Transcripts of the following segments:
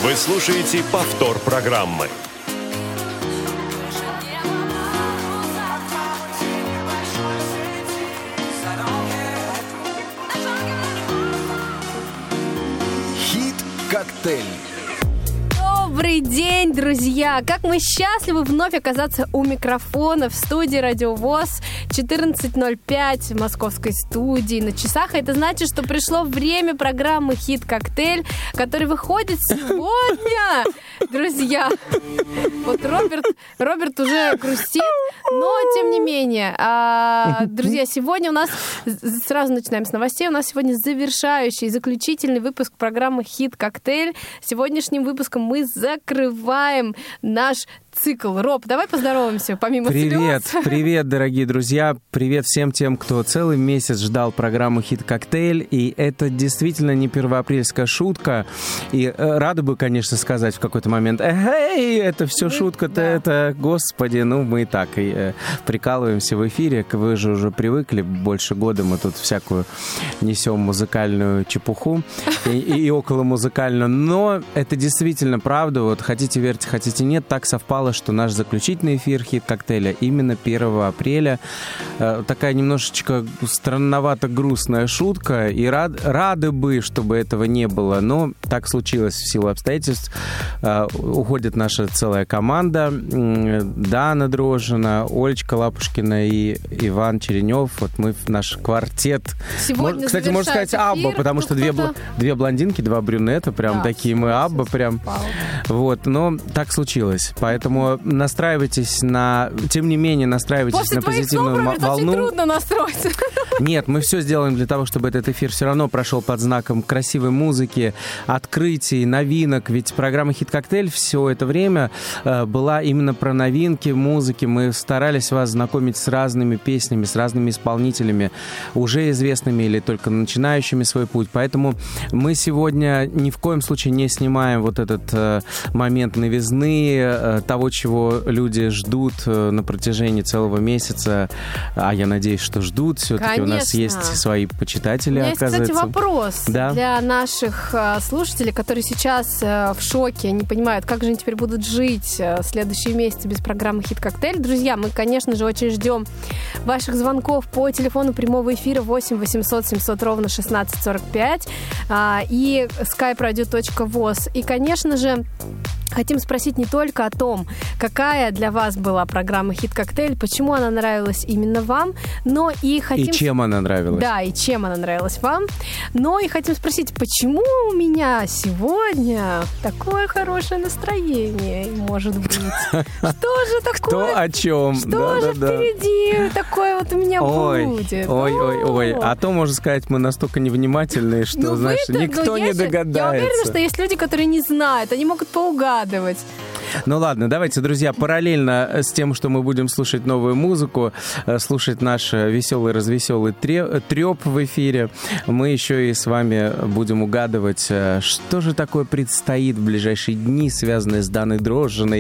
Вы слушаете повтор программы. Хит-коктейль. Добрый день, друзья! Как мы счастливы вновь оказаться у микрофона в студии Радио ВОС. 14:05 в московской студии на часах. Это значит, что пришло время программы «Хит-коктейль», который выходит сегодня. Друзья, вот Роберт уже грустит, но тем не менее. Друзья, сегодня у нас, сразу начинаем с новостей, у нас сегодня завершающий, заключительный выпуск программы «Хит-коктейль». Сегодняшним выпуском мы закрываем наш цикл. Роб, давай поздороваемся, помимо Привет, слез. Привет, дорогие друзья. Привет всем тем, кто целый месяц ждал программу «Хит-коктейль». И это действительно не первоапрельская шутка. И рады бы, конечно, сказать в какой-то момент: «Эй, это все шутка-то, да. это, господи, ну мы и так и прикалываемся в эфире. Вы же уже привыкли, больше года мы тут всякую несем музыкальную чепуху и околомузыкальную. Но это действительно правда. Вот хотите верьте, хотите нет, так совпало, что наш заключительный эфир «Хит-коктейля» именно 1 апреля. Такая немножечко странновато грустная шутка. И рады бы, чтобы этого не было. Но так случилось в силу обстоятельств. Уходит наша целая команда. Дана Дрожжина, Олечка Лапушкина и Иван Черенев. Вот мы, наш квартет. Сегодня Кстати, можно сказать «Абба», потому что две блондинки, два брюнета. Прям такие мы «Абба». Прям. Вот. Но так случилось. Поэтому настраивайтесь на... Тем не менее, настраивайтесь после на позитивную волну. волну. Очень трудно настроиться. Нет, мы все сделаем для того, чтобы этот эфир все равно прошел под знаком красивой музыки, открытий, новинок. Ведь программа «Хит-коктейль» все это время была именно про новинки музыки. Мы старались вас знакомить с разными песнями, с разными исполнителями, уже известными или только начинающими свой путь. Поэтому мы сегодня ни в коем случае не снимаем вот этот момент новизны, того, чего люди ждут на протяжении целого месяца. А я надеюсь, что ждут. Все-таки у нас есть свои почитатели, оказывается. Есть, кстати, вопрос для наших слушателей, которые сейчас в шоке, не понимают, как же они теперь будут жить следующие месяцы без программы «Хит-коктейль». Друзья, мы, конечно же, очень ждем ваших звонков по телефону прямого эфира 8 800 700 ровно 1645 и skype-radio.voz. И, конечно же, хотим спросить не только о том, какая для вас была программа «Хит-коктейль», почему она нравилась именно вам, но и хотим... И чем она нравилась. Да, и чем она нравилась вам. Но и хотим спросить, почему у меня сегодня такое хорошее настроение, может быть? Что же такое? Кто о чем? Что же впереди такое вот у меня будет? Ой. А то, можно сказать, мы настолько невнимательные, что, знаешь, никто не догадается. Я уверена, что есть люди, которые не знают, они могут поугадывать. Ну ладно, давайте, друзья, параллельно с тем, что мы будем слушать новую музыку, слушать наш веселый-развеселый трёп в эфире, мы еще и с вами будем угадывать, что же такое предстоит в ближайшие дни, связанные с Даной Дрожжиной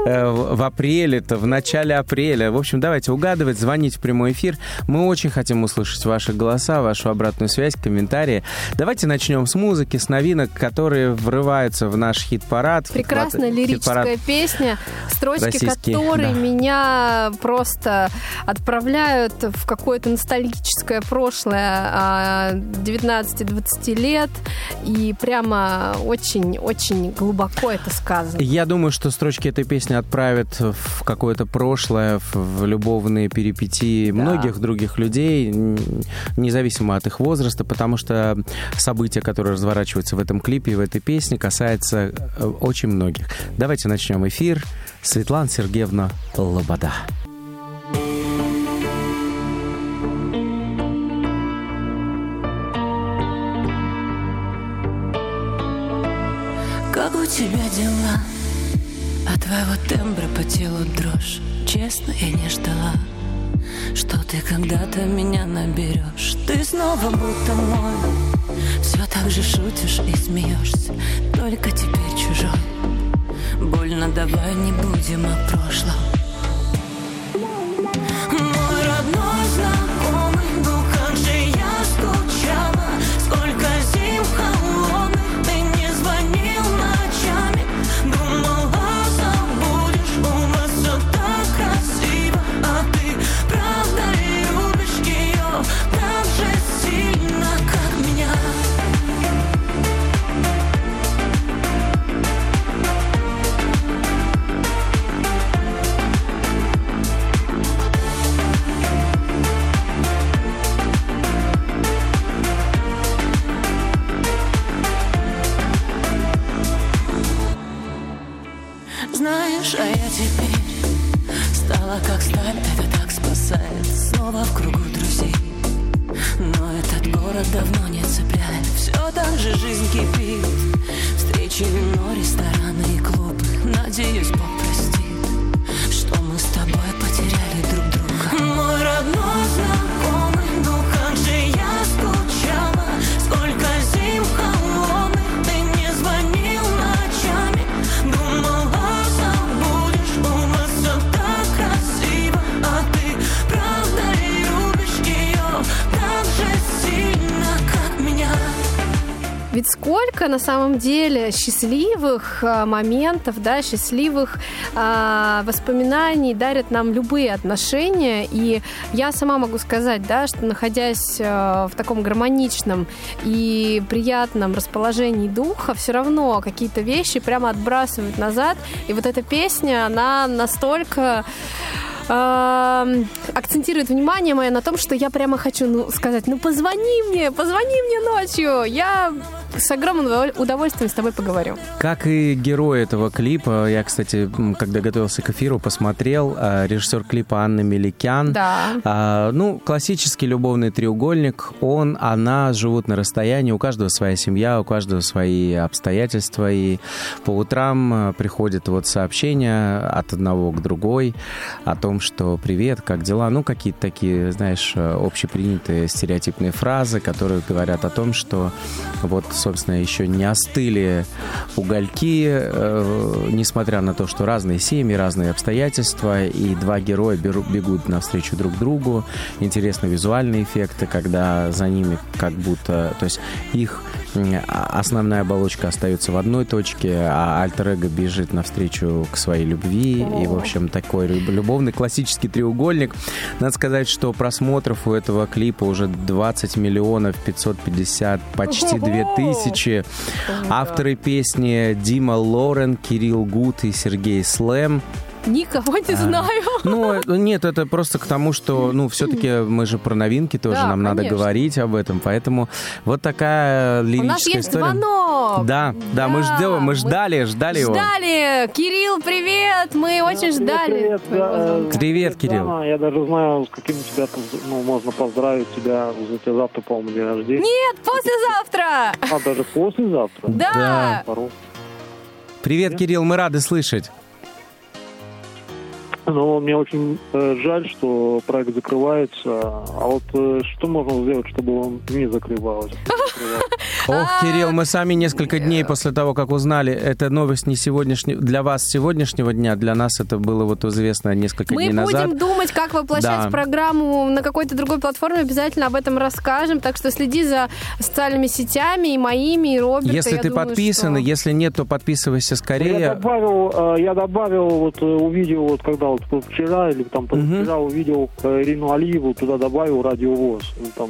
в апреле-то, в начале апреля. В общем, давайте угадывать, звонить в прямой эфир. Мы очень хотим услышать ваши голоса, вашу обратную связь, комментарии. Давайте начнем с музыки, с новинок, которые врываются в наш хит-парад. Прекрасная лирическая песня, строчки которой меня просто отправляют в какое-то ностальгическое прошлое 19-20 лет, и прямо очень-очень глубоко это сказано. Я думаю, что строчки этой песни отправят в какое-то прошлое, в любовные перипетии многих других людей, независимо от их возраста, потому что события, которые разворачиваются в этом клипе и в этой песне, касаются очень многих. Давайте начнем эфир. Светлана Сергеевна Лобода. Как у тебя дела? От твоего тембра по телу дрожь. Честно, я не ждала, что ты когда-то меня наберешь. Ты снова будто мой, все так же шутишь и смеешься, только теперь чужой. Больно, давай не будем о прошлом. Мой родной знакомый, ну как же я скучала. Сколько зим холодных, ты не звонил ночами. звонишь, а я теперь стала как сталь, это так спасает. Снова в кругу друзей, но этот город давно не цепляет. Все так же жизнь кипит, встречи, вино, рестораны и клубы. Надеюсь, Бог простит, что мы с тобой потеряли друг друга. Мой родной знакомый, ну как же я скучала. Сколько зим холодных, ты не звонил ночами. Думала, забудешь, у нас все так красиво. А ты правда любишь ее так же сильно, как меня. Ведь сколько на самом деле счастливых моментов, да, счастливых воспоминаний дарят нам любые отношения. И я сама могу сказать, да, что находясь в таком гармоничном и приятном расположении духа, все равно какие-то вещи прямо отбрасывают назад. И вот эта песня, она настолько акцентирует внимание мое на том, что я прямо хочу сказать, позвони мне ночью, я с огромным удовольствием с тобой поговорю. Как и герой этого клипа, я, кстати, когда готовился к эфиру, посмотрел, режиссер клипа Анна Меликян. Да. Классический любовный треугольник, она живут на расстоянии, у каждого своя семья, у каждого свои обстоятельства, и по утрам приходят сообщения от одного к другой о том, что «Привет, как дела?» Какие-то такие, знаешь, общепринятые стереотипные фразы, которые говорят о том, что собственно, еще не остыли угольки, несмотря на то, что разные семьи, разные обстоятельства, и два героя бегут навстречу друг другу. Интересны визуальные эффекты, когда за ними как будто... То есть их основная оболочка остается в одной точке, а альтер-эго бежит навстречу к своей любви. И, в общем, такой любовный классический треугольник. Надо сказать, что просмотров у этого клипа уже 20 миллионов 550, почти 2000. Авторы песни Дима Лорен, Кирилл Гуд и Сергей Слэм. Никого не знаю. Нет, это просто к тому, что, все-таки мы же про новинки тоже, да, нам конечно. надо говорить об этом, поэтому вот такая лирическая история. У нас есть звонок. Да, мы ждали его. Ждали. Кирилл, привет, мы очень ждали. Привет, Кирилл. Я даже знаю, с каким тебя можно поздравить тебя. У тебя завтра, по-моему, день рождения. Нет, послезавтра. Даже послезавтра? Да. Привет, Кирилл, мы рады слышать. Но мне очень жаль, что проект закрывается. А что можно сделать, чтобы он не закрывался? Ох, Кирилл, мы сами несколько дней после того, как узнали, эта новость не сегодняшняя, для вас сегодняшнего дня, для нас это было известно несколько дней назад. Мы будем думать, как воплощать программу на какой-то другой платформе, обязательно об этом расскажем, так что следи за социальными сетями, и моими, и Роберта. Если ты подписан, если нет, то подписывайся скорее. Я добавил, увидел, когда вчера или позавчера увидел Ирину Алиеву, туда добавил Радио ВОС.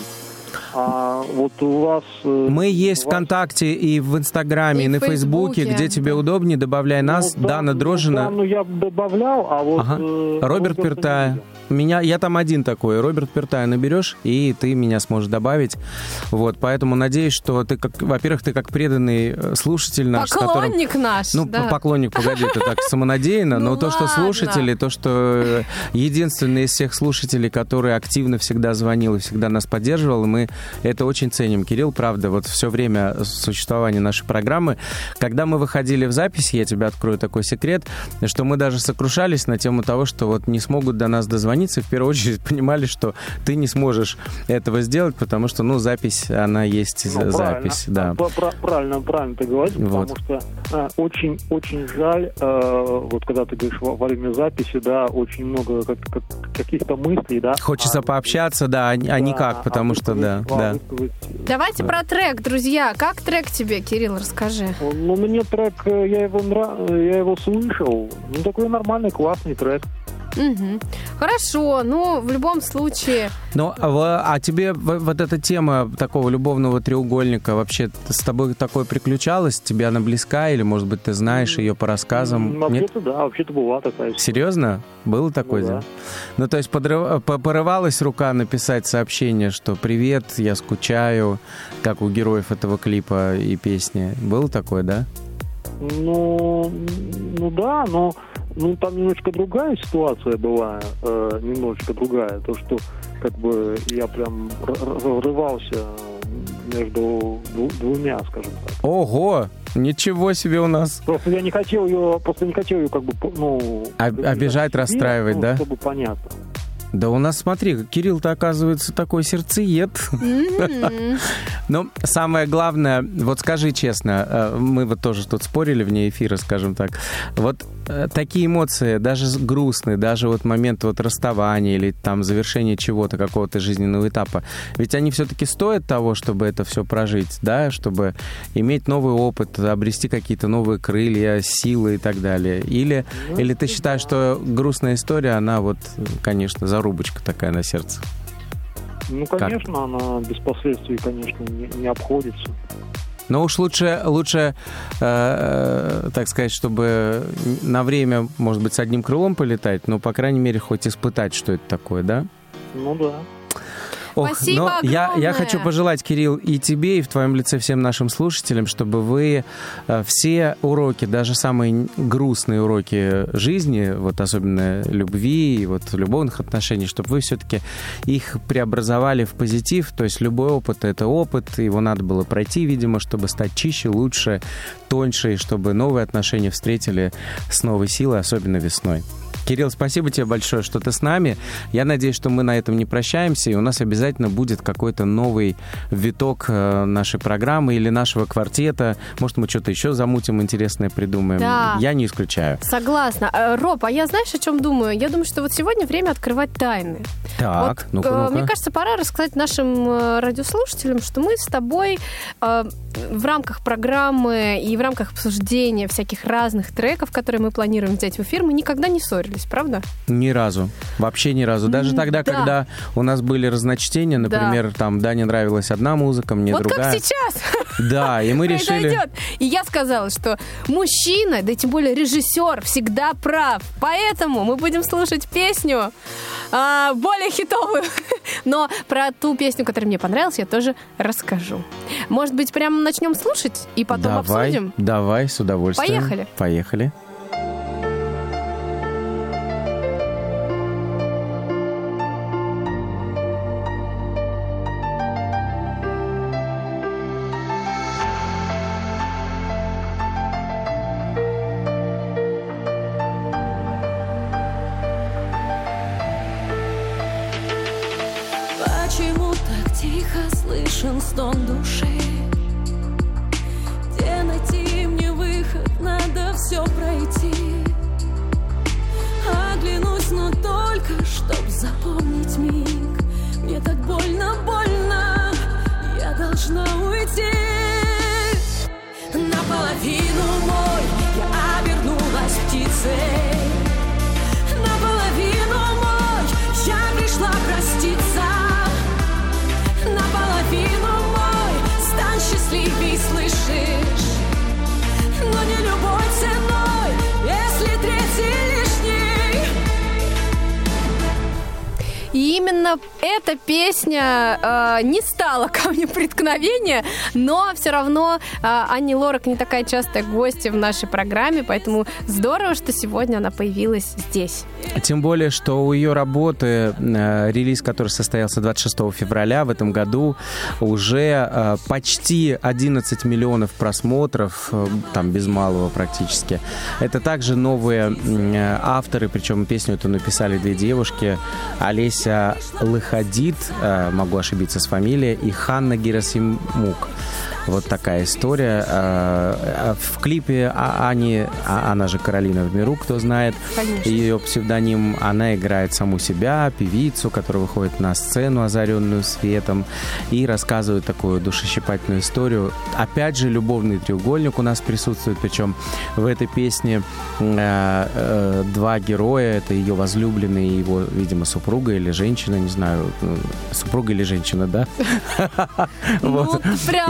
А у вас... Мы есть ВКонтакте и в Инстаграме, и на Фейсбуке, где тебе удобнее, добавляй нас. Дана Дрожжина. Я добавлял, а Роберт Пертая. Я там один такой. Роберт Пертая наберешь, и ты меня сможешь добавить. Поэтому надеюсь, что ты, во-первых, ты как преданный слушатель наш. Поклонник наш. Поклонник, погоди, это так самонадеянно, но то, что слушатели, то, что единственный из всех слушателей, который активно всегда звонил и всегда нас поддерживал, мы это очень ценим. Кирилл, правда, все время существования нашей программы, когда мы выходили в запись, я тебе открою такой секрет, что мы даже сокрушались на тему того, что не смогут до нас дозвониться, в первую очередь понимали, что ты не сможешь этого сделать, потому что, запись, она есть запись. Да. Правильно ты говоришь, потому что очень жаль, когда ты говоришь во время записи, да, очень много каких-то мыслей, да. Хочется пообщаться, а никак, потому что, да. Давайте про трек, друзья. Как трек тебе, Кирилл, расскажи. Мне трек, я его слышал, такой нормальный, классный трек. Угу. Хорошо, в любом случае... А тебе вот эта тема такого любовного треугольника вообще с тобой такое приключалось? Тебе она близка или, может быть, ты знаешь ее по рассказам? Вообще-то была такая. Серьезно? Было такое? Да. То есть порывалась рука написать сообщение, что «Привет, я скучаю», как у героев этого клипа и песни. Было такое, да? Да, но Ну, там немножко другая ситуация была, немножечко другая. То, что как бы я прям разрывался между двумя, скажем так. Ого! Ничего себе у нас. Просто я не хотел ее как бы, ну... Обижать, расстраивать, да? Чтобы понятно. Да у нас, смотри, Кирилл-то, оказывается, такой сердцеед. Но самое главное, вот скажи честно, мы вот тоже тут спорили вне эфира, скажем так, вот такие эмоции, даже грустные, даже вот момент вот расставания или там завершения чего-то, какого-то жизненного этапа, ведь они все-таки стоят того, чтобы это все прожить, да, чтобы иметь новый опыт, обрести какие-то новые крылья, силы и так далее. Или ты считаешь, что грустная история, она вот, конечно, зарубочка такая на сердце? Ну, конечно, она без последствий, конечно, не обходится. Но уж лучше, так сказать, чтобы на время, может быть, с одним крылом полетать, но, по крайней мере, хоть испытать, что это такое, да? Ну, да. Ох, спасибо огромное. Я хочу пожелать, Кирилл, и тебе, и в твоем лице всем нашим слушателям, чтобы вы все уроки, даже самые грустные уроки жизни, вот особенно любви и вот любовных отношений, чтобы вы все-таки их преобразовали в позитив. То есть любой опыт — это опыт, его надо было пройти, видимо, чтобы стать чище, лучше, тоньше, и чтобы новые отношения встретили с новой силой, особенно весной. Кирилл, спасибо тебе большое, что ты с нами. Я надеюсь, что мы на этом не прощаемся, и у нас обязательно будет какой-то новый виток нашей программы или нашего квартета. Может, мы что-то еще замутим, интересное придумаем. Да. Я не исключаю. Согласна. Роб, а я знаешь, о чем думаю? Я думаю, что вот сегодня время открывать тайны. Так, вот, ну-ка. Мне кажется, пора рассказать нашим радиослушателям, что мы с тобой в рамках программы и в рамках обсуждения всяких разных треков, которые мы планируем взять в эфир, мы никогда не ссорились, правда? Ни разу. Вообще ни разу. Даже тогда, да. когда у нас были разночтения, например, там Дане нравилась одна музыка, мне вот другая. Вот как сейчас. Да, и мы решили... И я сказала, что мужчина, да и тем более режиссер, всегда прав. Поэтому мы будем слушать песню более хитовую. Но про ту песню, которая мне понравилась, я тоже расскажу. Может быть, прямо начнем слушать и потом обсудим? Давай, с удовольствием. Поехали. Почему так тихо слышен стон души? Где найти мне выход? Надо все пройти. Оглянусь, но только чтоб запомнить миг. Мне так больно, больно. Я должна уйти. Наполовину мой я обернулась птицей. Наполовину мой я пришла проститься. Наполовину мой стань счастливей, слышишь? Но не любой ценой, если третий лишний. И именно эта песня не стала камнем преткновения, но все равно Ани Лорак не такая частая гостья в нашей программе, поэтому здорово, что сегодня она появилась здесь. Тем более, что у ее работы, релиз, который состоялся 26 февраля в этом году, уже почти 11 миллионов просмотров, там без малого практически. Это также новые авторы, причем песню эту написали две девушки, Олеся Лыхадид, могу ошибиться с фамилией, и Ханна Герасимук. Вот такая история. В клипе Ани, она же Каролина в миру, кто знает, Конечно. Ее псевдоним, она играет саму себя, певицу, которая выходит на сцену, озаренную светом, и рассказывает такую душещипательную историю. Опять же, любовный треугольник у нас присутствует, причем в этой песне два героя, это ее возлюбленный и его, видимо, супруга или женщина, не знаю, супруга или женщина, да? Ну, прям ты,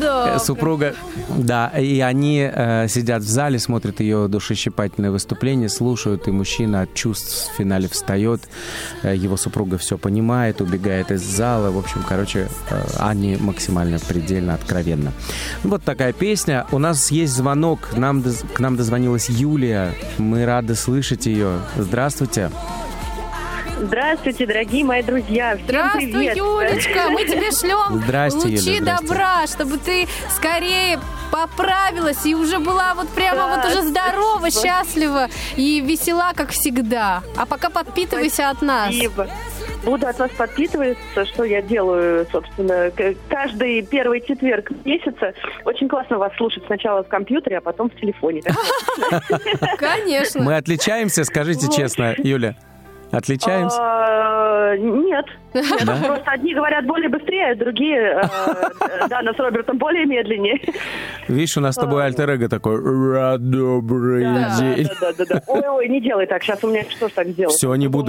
Да. Супруга, да, и они сидят в зале, смотрят ее душещипательное выступление, слушают, и мужчина от чувств в финале встает, его супруга все понимает, убегает из зала, в общем, короче, они максимально предельно откровенно. Вот такая песня. У нас есть звонок, к нам дозвонилась Юлия, мы рады слышать ее. Здравствуйте. Здравствуйте, дорогие мои друзья. Всем Здравствуй, привет. Юлечка. Мы тебе шлем лучи Юля, добра, чтобы ты скорее поправилась и уже была вот прямо вот уже здорова, счастлива и весела, как всегда. А пока подпитывайся от нас. Спасибо. Буду от вас подпитываться, что я делаю, собственно, каждый первый четверг месяца. Очень классно вас слушать сначала в компьютере, а потом в телефоне. Конечно. Мы отличаемся, скажите честно, Юля? Отличаемся? Нет. Просто одни говорят более быстрее, а другие, Дана с Робертом, более медленнее. Видишь, у нас с тобой альтер-эго такой. Добрый день. Да. Ой, не делай так, сейчас у меня что ж так сделать? Все, не буду.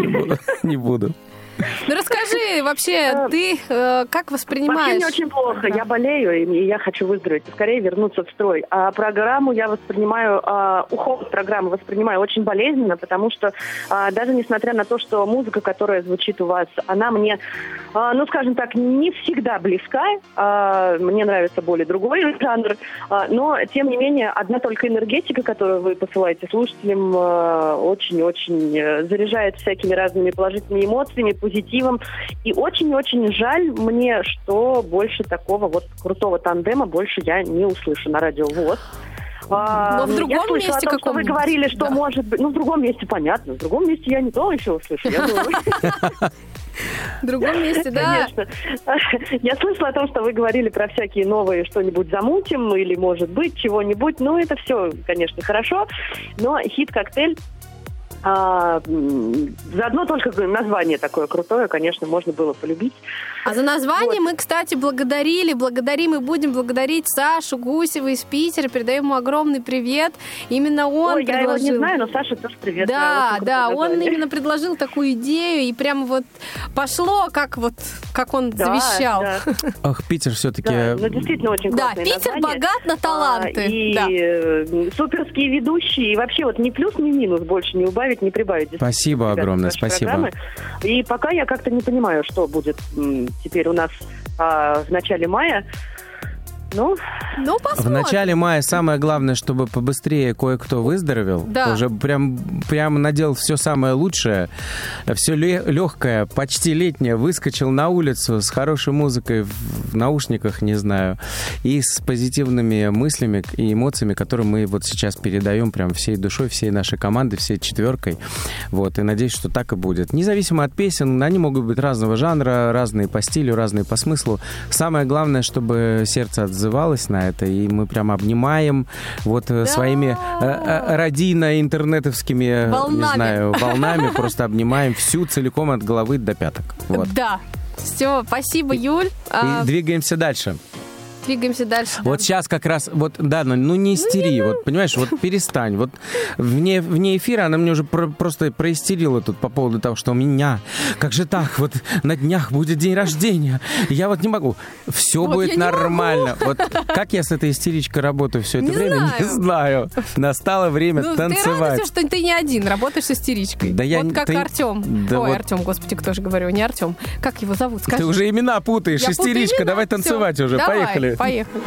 Ну расскажи, вообще, ты как воспринимаешь? Вообще мне очень плохо. Я болею, и я хочу выздороветь, скорее вернуться в строй. А программу я воспринимаю, уход программы воспринимаю очень болезненно, потому что даже несмотря на то, что музыка, которая звучит у вас, она мне, ну скажем так, не всегда близка. Мне нравится более другой жанр. Но, тем не менее, одна только энергетика, которую вы посылаете слушателям, очень-очень заряжает всякими разными положительными эмоциями, позитивом. И очень-очень жаль мне, что больше такого вот крутого тандема больше я не услышу на радио ВОС. Но в другом месте каком-нибудь. Что вы говорили, что может быть... Ну, в другом месте понятно. В другом месте я не то еще услышу. Я думаю... В другом месте, да. Конечно. Я слышала о том, что вы говорили про всякие новые что-нибудь замутим или, может быть, чего-нибудь. Ну, это все, конечно, хорошо. Но хит-коктейль за одно только название такое крутое, конечно, можно было полюбить. А за название мы, кстати, благодарим и будем благодарить Сашу Гусева из Питера. Передаем ему огромный привет. Именно он предложил. Я его не знаю, но Саша тоже привет. Да, он именно предложил такую идею, и прямо вот пошло, как он завещал. Да. Ах, Питер все-таки... Да, ну, действительно очень классное название. Да, Питер богат на таланты. И суперские ведущие, и вообще вот ни плюс, ни минус больше не убавить, не прибавить. Спасибо огромное, спасибо. Программы. И пока я как-то не понимаю, что будет теперь у нас в начале мая. Ну, посмотрим. В начале мая самое главное, чтобы побыстрее кое-кто выздоровел. Да. Уже прям наделал все самое лучшее, все легкое, почти летнее, выскочил на улицу с хорошей музыкой в наушниках, не знаю, и с позитивными мыслями и эмоциями, которые мы вот сейчас передаем прям всей душой, всей нашей команды, всей четверкой. Вот, и надеюсь, что так и будет. Независимо от песен, они могут быть разного жанра, разные по стилю, разные по смыслу. Самое главное, чтобы сердце отзывалось на это, и мы прям обнимаем вот своими радийно-интернетовскими, не знаю, волнами, просто обнимаем всю целиком от головы до пяток. Вот. Да. Все, спасибо, Юль. И двигаемся дальше. Двигаемся дальше. Вот сейчас как раз, вот, да, ну не истери, вот, понимаешь, вот перестань. Вот вне эфира она мне уже просто проистерила тут по поводу того, что у меня, как же так, вот на днях будет день рождения, я вот не могу. Все вот будет нормально. Вот как я с этой истеричкой работаю все это время, не знаю. Настало время танцевать. Ты радуйся, что ты не один, работаешь с истеричкой. Да вот как Артем. Да Ой, вот... Артем, господи, кто же говорю, не Артем. Как его зовут? Скажи. Ты уже имена путаешь, я истеричка, имена? давай танцевать Все. уже, Давай. Поехали. Поехали.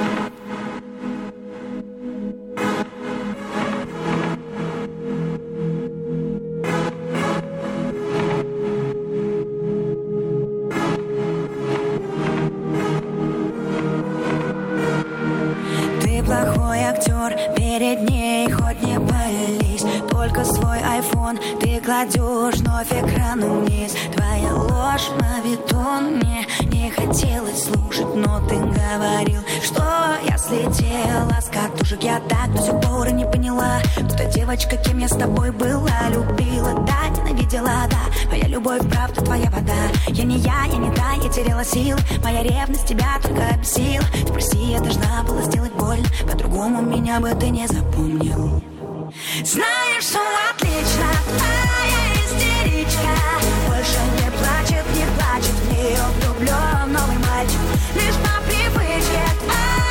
Ты плохой актер, перед ней хоть не пались. Только свой айфон ты кладешь вновь экраном вниз. Твоя ложь мавитон, мне не хотелось слушать, но ты говорил, что я слетела с катушек. Я так до сих пор и не поняла, кто та девочка, кем я с тобой была. Любила, да, ненавидела, да. Моя любовь, правда, твоя вода. Я не та, я теряла силы. Моя ревность тебя только обесила. Спроси, я должна была сделать больно, по-другому меня бы ты не запомнил. Знаешь, что отлично, твоя истеричка больше не плачет, в нее влюблен новый мальчик. Лишь по привычке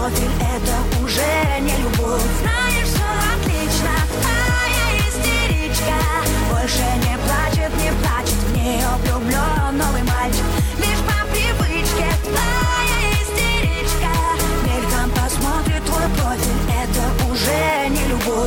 профиль, это уже не любовь. Знаешь, все отлично, а я истеричка. Больше не плачет в нее влюблен новый мальчик. Лишь по привычке, а я истеричка. Мельком посмотрит твой профиль, это уже не любовь.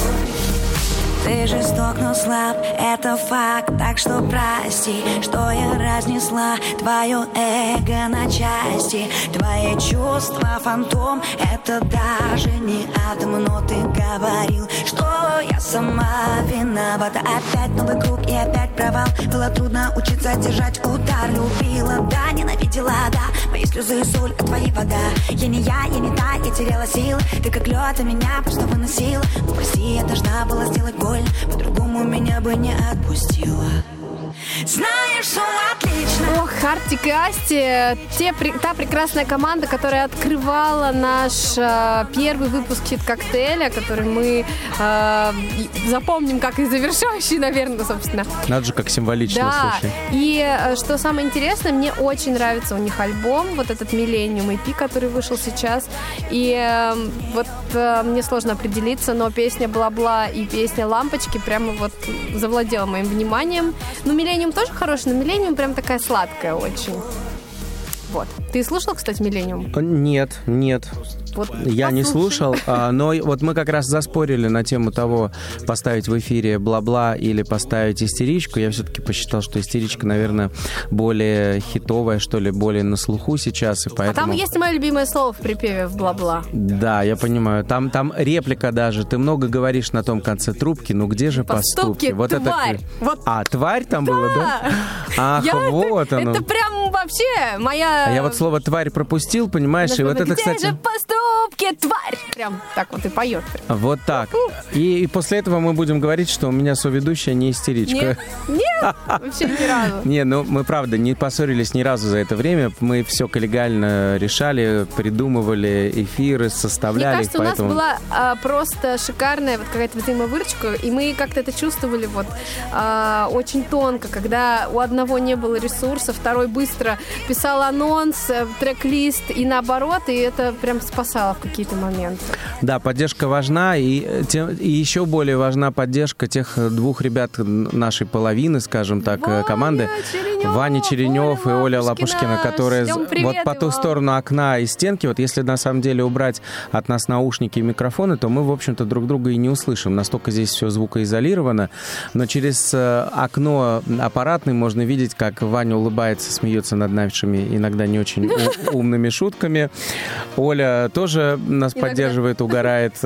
Ты жесток, но слаб, это факт, так что прости, что я разнесла твое эго на части. Твои чувства фантом, это даже не атом, но ты говорил, что я сама виновата. Опять новый круг и опять провал, было трудно учиться держать удар. Любила, да, ненавидела, да, мои слезы и соль, а твои вода. Я не та, я теряла силы, ты как лед, а меня просто выносила. Ну прости, я должна была сделать боль, по-другому меня бы не отпустила. Знаешь, все отлично. Ох, Артик и Асти, та прекрасная команда, которая открывала наш первый выпуск хит-коктейля, который мы запомним как и завершающий, наверное, собственно. Надо же, как символично, да. Слушай. И что самое интересное, мне очень нравится у них альбом, вот этот Millennium EP, который вышел сейчас. И вот мне сложно определиться, но песня «Бла-бла» и песня «Лампочки» прямо вот завладела моим вниманием. Ну, Millennium тоже хороший, но Millennium прям такая сладкая очень. Вот. Ты слушал, кстати, Millennium? Нет. Вот, я не слушал, но вот мы как раз заспорили на тему того, поставить в эфире «Бла-бла» или поставить «Истеричку». Я все-таки посчитал, что «Истеричка», наверное, более хитовая, что ли, более на слуху сейчас. И поэтому... А там есть мое любимое слово в припеве в «Бла-бла». Да, я понимаю. Там реплика даже. Ты много говоришь на том конце трубки, ну где же поступки? Вот тварь. Это... Вот. А, тварь там было, да? Ах, вот оно. Это прям вообще моя... А я вот слово «тварь» пропустил, понимаешь? И вот это, кстати... Где же поступки, тварь? Прям так вот и поет. Вот так. И после этого мы будем говорить, что у меня соведущая не истеричка. Нет, вообще ни разу. Не, ну мы правда не поссорились ни разу за это время. Мы все коллегиально решали, придумывали эфиры, составляли. Мне кажется, поэтому... у нас была просто шикарная вот какая-то взаимовыручка, и мы как-то это чувствовали вот очень тонко, когда у одного не было ресурса, второй быстро писал анонс, трек-лист и наоборот, и это прям спасало в какие-то моменты. Да, поддержка важна, и еще более важна поддержка тех двух ребят нашей половины, скажем так, команды. Ваня Черенев и Оля Лапушкина, которые вот по ту сторону окна и стенки, вот если на самом деле убрать от нас наушники и микрофоны, то мы, в общем-то, друг друга и не услышим. Настолько здесь все звукоизолировано. Но через окно аппаратный можно видеть, как Ваня улыбается, смеется над нашими иногда не очень умными шутками. Оля тоже нас поддерживает, угорает,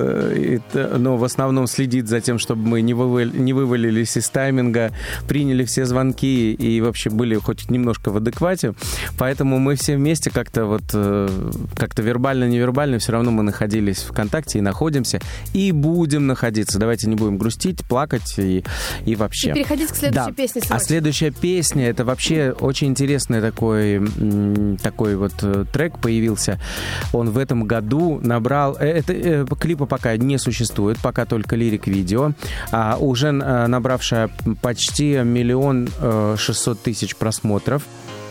но в основном следит за тем, чтобы мы не вывалились из тайминга, приняли все звонки и вообще были хоть немножко в адеквате. Поэтому мы все вместе как-то вербально-невербально все равно мы находились в контакте и находимся, и будем находиться. Давайте не будем грустить, плакать и вообще. И переходить к следующей песне. А следующая песня, это вообще очень интересный такой вот трек появился. Он в этом году набрал... клипа пока не существует, пока только лирик-видео. Уже набравшая почти 1 600 000 просмотров.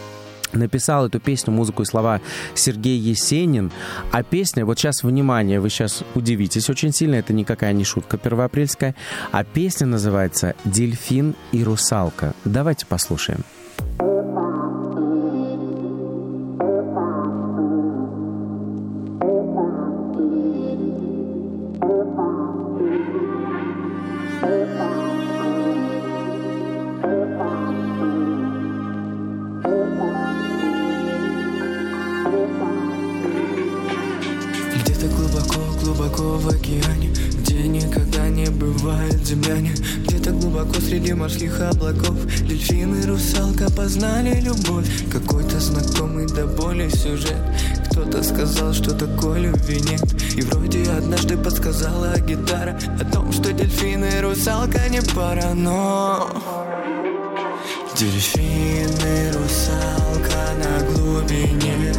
Написал эту песню, музыку и слова Сергей Есенин. А песня, вот сейчас, внимание, вы сейчас удивитесь очень сильно, это никакая не шутка первоапрельская, а песня называется «Дельфин и русалка». Давайте послушаем. В океане, где никогда не бывает земляне, где-то глубоко среди морских облаков дельфин и русалка познали любовь. Какой-то знакомый до боли сюжет. Кто-то сказал, что такой любви нет, и вроде однажды подсказала гитара о том, что дельфин и русалка не пара, но дельфин и русалка на глубине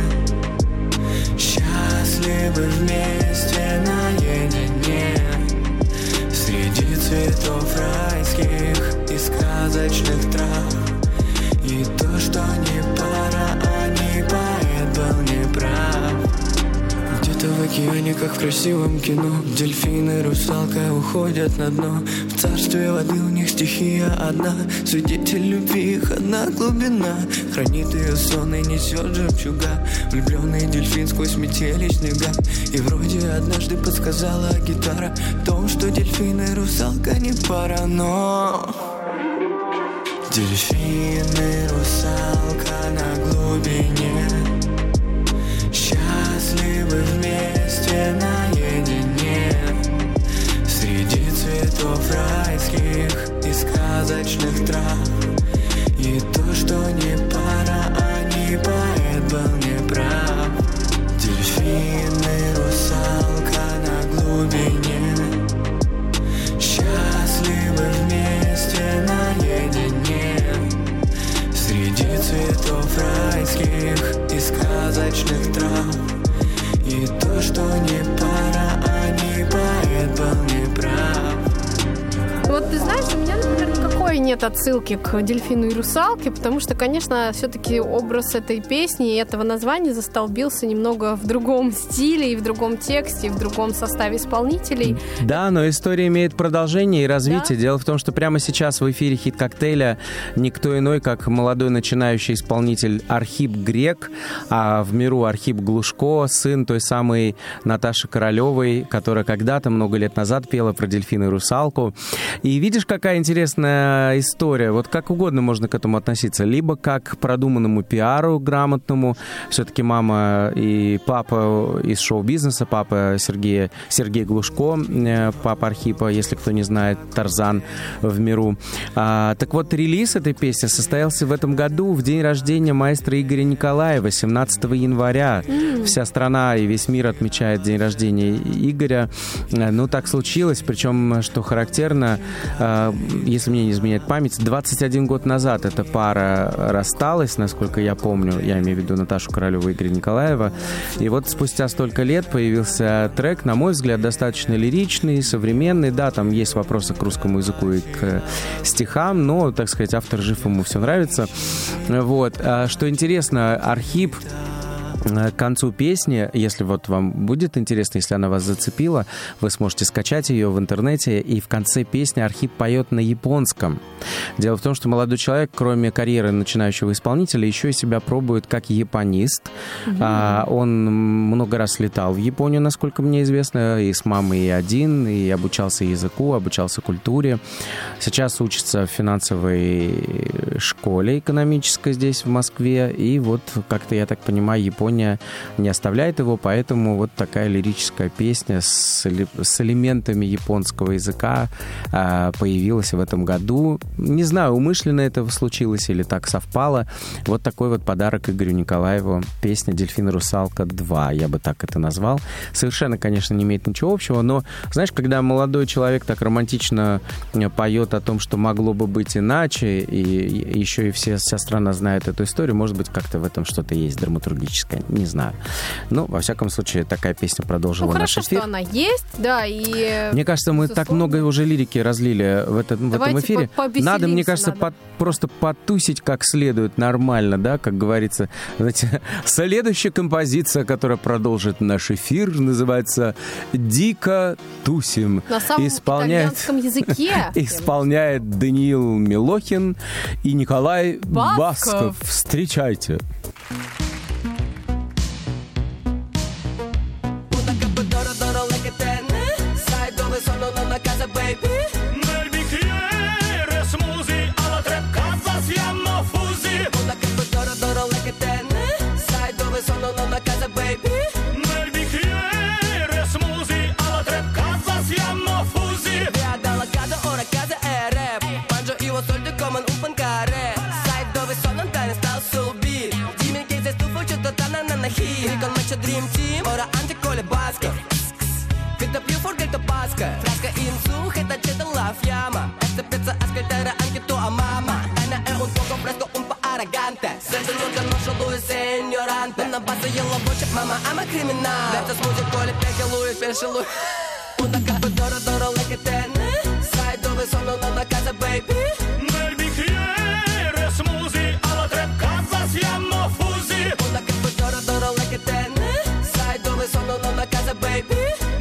счастливы вместе наедине среди цветов райских и сказочных трав. И то, что не пара, а не поэт был неправ. Где-то в океане, как в красивом кино, дельфины, русалка уходят на дно. В царстве воды у них стихия одна. Свидетель любви, их одна глубина. Хранит ее сон и несет жемчуга. Влюбленный дельфин сквозь метели снега. И вроде однажды подсказала гитара о том, что дельфин и русалка не пара, но... Дельфин и русалка на глубине, счастливы вместе наедине, среди цветов райских и сказочных трав. И то, что не пара, а не поэт был неправ. Дельфин и русалка на глубине, счастливы вместе наедине, среди цветов райских и сказочных трав. И то, что не пара, а не поэт был неправ. Вот ты знаешь, у меня, например, никакой нет отсылки к «Дельфину и русалке», потому что, конечно, все-таки образ этой песни и этого названия застолбился немного в другом стиле, и в другом тексте, и в другом составе исполнителей. Да, но история имеет продолжение и развитие. Да? Дело в том, что прямо сейчас в эфире «Хит-коктейля» никто иной, как молодой начинающий исполнитель Архип Грек, а в миру Архип Глушко, сын той самой Наташи Королевой, которая когда-то, много лет назад, пела про «Дельфина и русалку». И видишь, какая интересная история. Вот как угодно можно к этому относиться. Либо как к продуманному пиару грамотному. Все-таки мама и папа из шоу-бизнеса, папа Сергей Глушко, папа Архипа, если кто не знает, Тарзан в миру. Так вот, релиз этой песни состоялся в этом году, в день рождения маэстро Игоря Николаева, 17 января. Вся страна и весь мир отмечает день рождения Игоря. Ну, так случилось, причем, что характерно, если мне не изменяет память, 21 год назад эта пара рассталась, насколько я помню, я имею в виду Наташу Королеву и Игоря Николаева, и вот спустя столько лет появился трек, на мой взгляд, достаточно лиричный, современный, да, там есть вопросы к русскому языку и к стихам, но, так сказать, автор жив, ему все нравится. Вот. Что интересно, Архип к концу песни, если вот вам будет интересно, если она вас зацепила, вы сможете скачать ее в интернете, и в конце песни Архип поет на японском. Дело в том, что молодой человек, кроме карьеры начинающего исполнителя, еще и себя пробует как японист. Он много раз летал в Японию, насколько мне известно, и с мамой, и один, и обучался языку, обучался культуре. Сейчас учится в финансовой школе экономической здесь, в Москве, и вот, как-то, я так понимаю, Япония не оставляет его, поэтому вот такая лирическая песня с элементами японского языка появилась в этом году. Не знаю, умышленно это случилось или так совпало. Вот такой вот подарок Игорю Николаеву. Песня «Дельфин и русалка 2», я бы так это назвал. Совершенно, конечно, не имеет ничего общего, но, знаешь, когда молодой человек так романтично поет о том, что могло бы быть иначе, и еще и вся страна знает эту историю, может быть, как-то в этом что-то есть драматургическое. Не знаю. Ну, во всяком случае, такая песня продолжила наш эфир. Хорошо, что она есть, да, и... Мне кажется, мы так много уже лирики разлили в этом эфире. Надо, мне кажется, просто потусить как следует, нормально, да, как говорится. Знаете, следующая композиция, которая продолжит наш эфир, называется «Дико тусим». На самом итальянском языке. Исполняет Даниил Милохин и Николай Басков. Встречайте. Dream Team, ora anticole basca. Vedo più forte che basca. Frasca in su, che da c'è della fiamma. Questa pezza ascolterà anche tua mamma. Anna è un poco fresco, un po' arrogante. Senza non conosce lui, sei ignorante. Una base io la voce, mamma ama criminale. Verta smoothie, cole, pecca lui, pesce lui. Una cappa d'oro, d'oro, like a ten. Sai dove sono, nella casa, baby. Nel bicchiere smoothie, alla trap, casa siamo fusi. Una cappa d'oro, d'oro, like a ten. Sai dove sono, nella casa. casa, baby.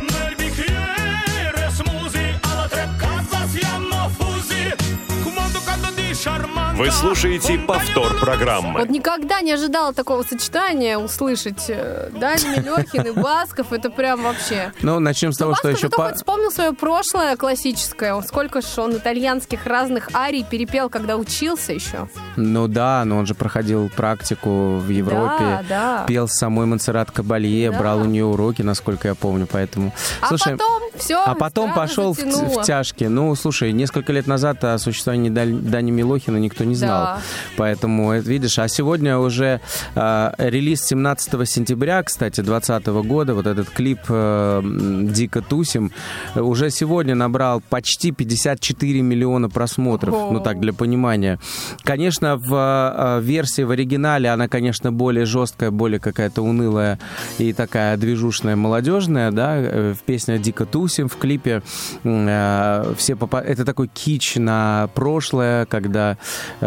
Вы слушаете повтор программы. Вот никогда не ожидала такого сочетания услышать Даня Милохин и Басков. Это прям вообще... Ну, начнем с того, что еще... Басков хоть вспомнил свое прошлое классическое. Сколько же он итальянских разных арий перепел, когда учился еще. Ну да, но он же проходил практику в Европе. Да. Пел с самой Монсеррат Кабалье, Да. брал у нее уроки, насколько я помню, поэтому... А потом пошел в тяжкие. Ну, слушай, несколько лет назад о существовании Дани Милохина никто не знал. Да. Поэтому, это видишь, а сегодня уже релиз 17 сентября, кстати, 2020 года, вот этот клип «Дико тусим», уже сегодня набрал почти 54 миллиона просмотров. О. Ну, так, для понимания. Конечно, в версии в оригинале она, конечно, более жесткая, более какая-то унылая и такая движушная, молодежная, да, песня «Дико тусим», в клипе это такой кич на прошлое, когда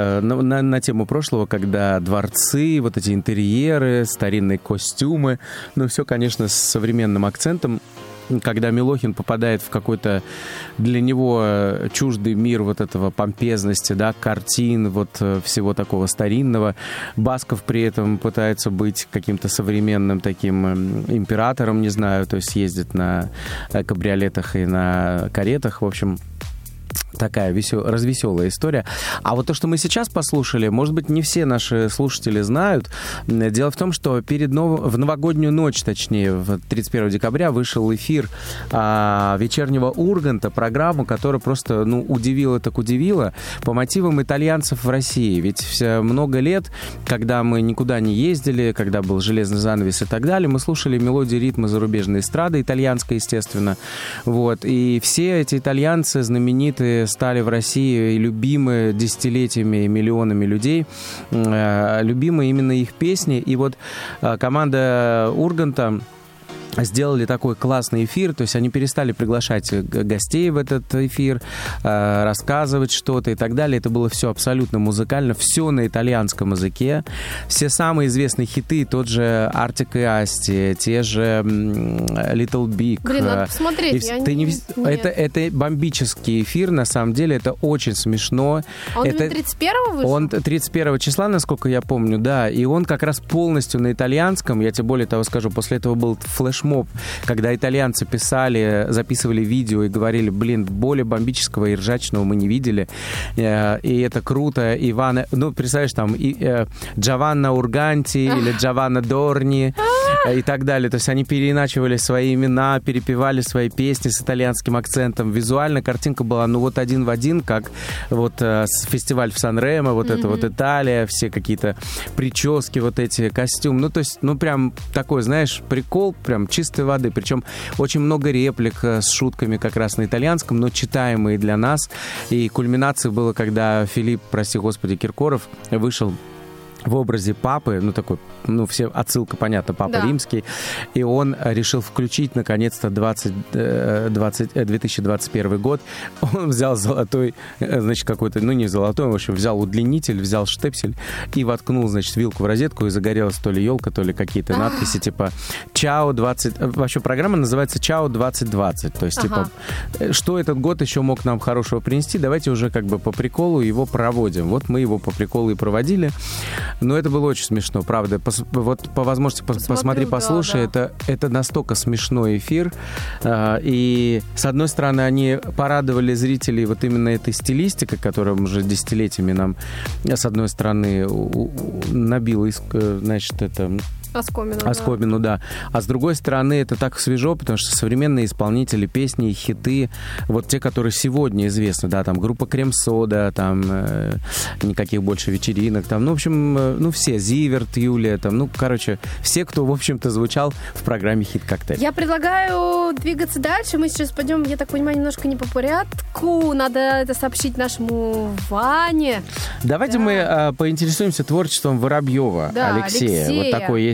на тему прошлого, когда дворцы, вот эти интерьеры, старинные костюмы, ну, все, конечно, с современным акцентом. Когда Милохин попадает в какой-то для него чуждый мир вот этого помпезности, да, картин, вот всего такого старинного, Басков при этом пытается быть каким-то современным таким императором, не знаю, то есть ездит на кабриолетах и на каретах, в общем... Такая развеселая история. А вот то, что мы сейчас послушали, может быть, не все наши слушатели знают. Дело в том, что в новогоднюю ночь, точнее, в 31 декабря вышел эфир вечернего Урганта, программу, которая просто, удивила так удивила, по мотивам итальянцев в России. Ведь много лет, когда мы никуда не ездили, когда был железный занавес и так далее, мы слушали мелодии, ритмы зарубежной эстрады, итальянской, естественно. Вот. И все эти итальянцы знаменитые стали в России и любимы десятилетиями и миллионами людей, любимы именно их песни. И вот команда Урганта сделали такой классный эфир, то есть они перестали приглашать гостей в этот эфир, рассказывать что-то и так далее. Это было все абсолютно музыкально, все на итальянском языке. Все самые известные хиты, тот же Артик и Асти, те же Little Big. Блин, надо посмотреть. Это бомбический эфир, на самом деле, это очень смешно. А он 31-го вышел? Он 31 числа, насколько я помню, да, и он как раз полностью на итальянском. Я тебе более того скажу, после этого был флешмоб, когда итальянцы записывали видео и говорили, более бомбического и ржачного мы не видели. И это круто. Представляешь, там Джованна Урганти или Джованна Дорни и так далее. То есть они переиначивали свои имена, перепевали свои песни с итальянским акцентом. Визуально картинка была, один в один, как вот фестиваль в Сан-Ремо, вот это вот Италия, все какие-то прически, вот эти костюмы. То есть, прям такой, знаешь, прикол, прям чистой воды. Причем очень много реплик с шутками как раз на итальянском, но читаемые для нас. И кульминацией было, когда Филипп, прости господи, Киркоров вышел в образе папы, все отсылка, понятно, папа римский, и он решил включить, наконец-то, 2021 год. Он взял золотой, какой-то, не золотой, в общем, взял удлинитель, взял штепсель и воткнул, вилку в розетку, и загорелась то ли елка, то ли какие-то надписи, типа «Чао 20...» Вообще программа называется «Чао 2020», то есть, что этот год еще мог нам хорошего принести, давайте уже по приколу его проводим. Вот мы его по приколу и проводили. Но это было очень смешно, правда. По возможности посмотри, послушай. Да. Это настолько смешной эфир. И, с одной стороны, они порадовали зрителей вот именно этой стилистикой, которая уже десятилетиями нам, с одной стороны, набила, Оскомину, да. А с другой стороны, это так свежо, потому что современные исполнители, песни и хиты, вот те, которые сегодня известны, да, там группа Крем-Сода, там никаких больше вечеринок, там, в общем, все, Зиверт, Юлия, там, все, кто, в общем-то, звучал в программе «Хит-коктейль». Я предлагаю двигаться дальше. Мы сейчас пойдем, я так понимаю, немножко не по порядку. Надо это сообщить нашему Ване. Давайте мы поинтересуемся творчеством Воробьева, Алексея. Вот такой есть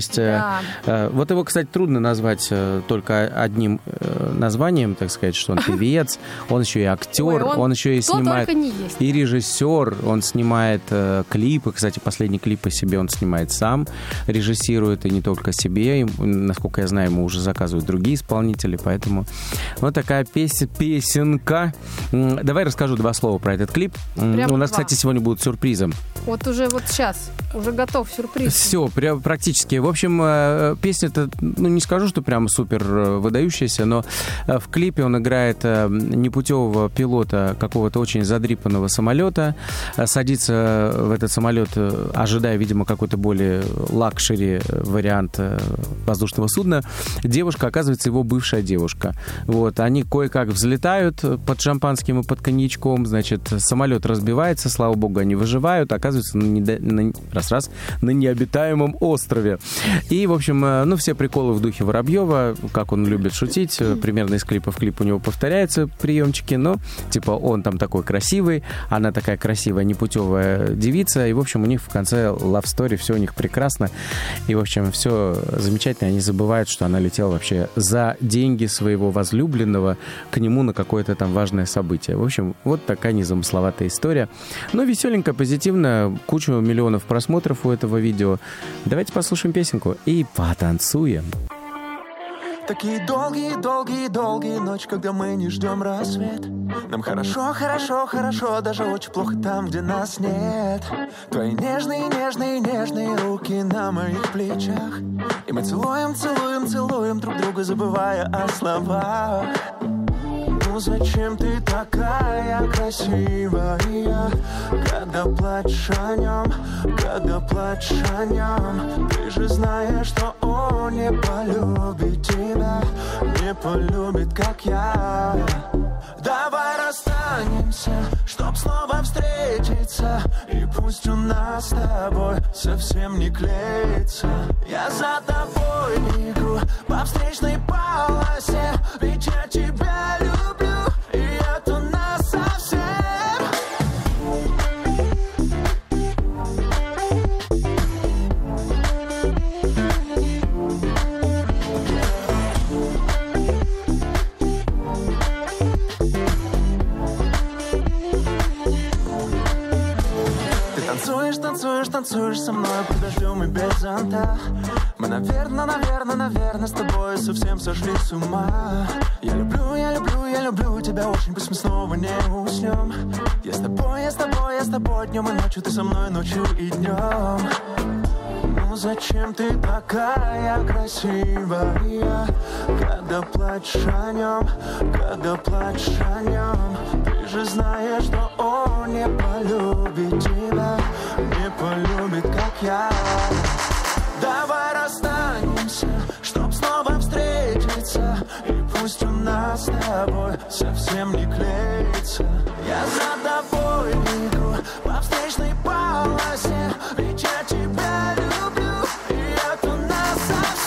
есть вот его, кстати, трудно назвать только одним названием, так сказать, что он певец, он еще и актер, он еще и снимает, и режиссер, он снимает клипы, кстати, последний клип о себе он снимает сам, режиссирует, и не только себе, и, насколько я знаю, ему уже заказывают другие исполнители, поэтому вот такая песенка. Давай расскажу 2 слова про этот клип. У нас, кстати, сегодня будут сюрпризы. Вот уже вот сейчас, уже готов сюрприз. Все, практически. В общем, песня-то, не скажу, что прям супер выдающаяся, но в клипе он играет непутевого пилота какого-то очень задрипанного самолета, садится в этот самолет, ожидая, видимо, какой-то более лакшери вариант воздушного судна. Девушка, оказывается, его бывшая девушка. Вот, они кое-как взлетают под шампанским и под коньячком, значит, самолет разбивается, слава богу, они выживают, оказывается, на необитаемом острове. И, в общем, все приколы в духе Воробьева, как он любит шутить, примерно из клипа в клип у него повторяются приемчики, но, типа, он там такой красивый, она такая красивая, непутевая девица, и, в общем, у них в конце love story, все у них прекрасно, и, в общем, все замечательно, они забывают, что она летела вообще за деньги своего возлюбленного к нему на какое-то там важное событие. В общем, вот такая незамысловатая история, но веселенькая, позитивная, кучу миллионов просмотров у этого видео. Давайте послушаем песенку и потанцуем. Такие долгие ночи, когда мы не ждем рассвет. Нам хорошо, даже очень плохо там, где нас нет. Твои нежные руки на моих плечах. И мы целуем друг друга, забывая о словах. Ну зачем ты такая красивая, когда плачешь о нем, Ты же знаешь, что он не полюбит тебя, не полюбит, как я. Давай расстанемся, чтоб снова встретиться, и пусть у нас с тобой совсем не клеится. Я за тобой бегу по встречной полосе, ведь я тебя люблю. Танцуешь со мной под дождем и без зонта. Мы, наверное, с тобой совсем сошли с ума. Я люблю тебя очень, пусть мы снова не уснем. Я с тобой днем и ночью, ты со мной ночью и днем. Ну зачем ты такая красивая, когда плачешь о нем, Ты же знаешь, что он не полюбит тебя, не полюбит, как я. Давай расстанемся, чтоб снова встретиться, и пусть у нас с тобой совсем не клеится. Я за тобой бегу по встречной полосе, ведь я тебя люблю, и это у нас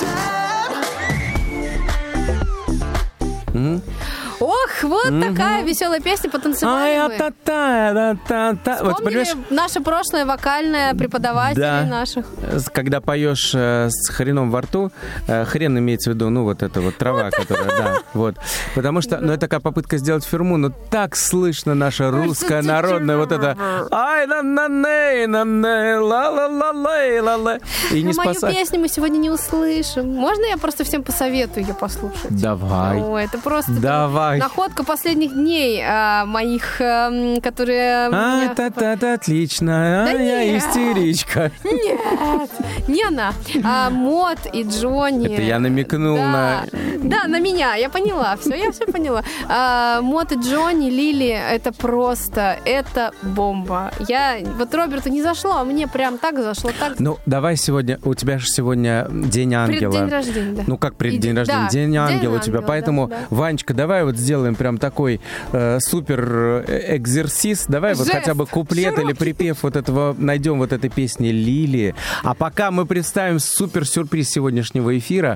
совсем. Ох, вот такая веселая песня, потанцевали мы. Вспомнили наше прошлое вокальное, преподавателей наших. Когда поешь с хреном во рту, хрен имеется в виду, вот эта вот трава, которая, да, вот. Потому что, это такая попытка сделать фирму, но так слышно наша русская народная вот это ай на ла-ла-ла-лей-ла-ла. И не спасать. Мою песню мы сегодня не услышим. Можно я просто всем посоветую ее послушать? Давай. Ой, это просто... Давай. Находка последних дней моих, которые... Это отлично. Да я истеричка. Нет, не она. Мод и Джонни. Это я намекнул на... Да, на меня, я поняла. Я все поняла. Мод и Джонни, Лили, это просто, это бомба. Вот Роберту не зашло, а мне прям так зашло. Так... Ну, давай сегодня, у тебя же сегодня День ангела. Преддень рождения, да. Ну, как преддень рождения? Да, День ангела у тебя, ангела, поэтому, да. Ванечка, давай вот сделаем прям такой супер экзерсис. Давай вот хотя бы куплет или припев вот этого, найдем вот этой песни «Лили». А пока мы представим супер-сюрприз сегодняшнего эфира.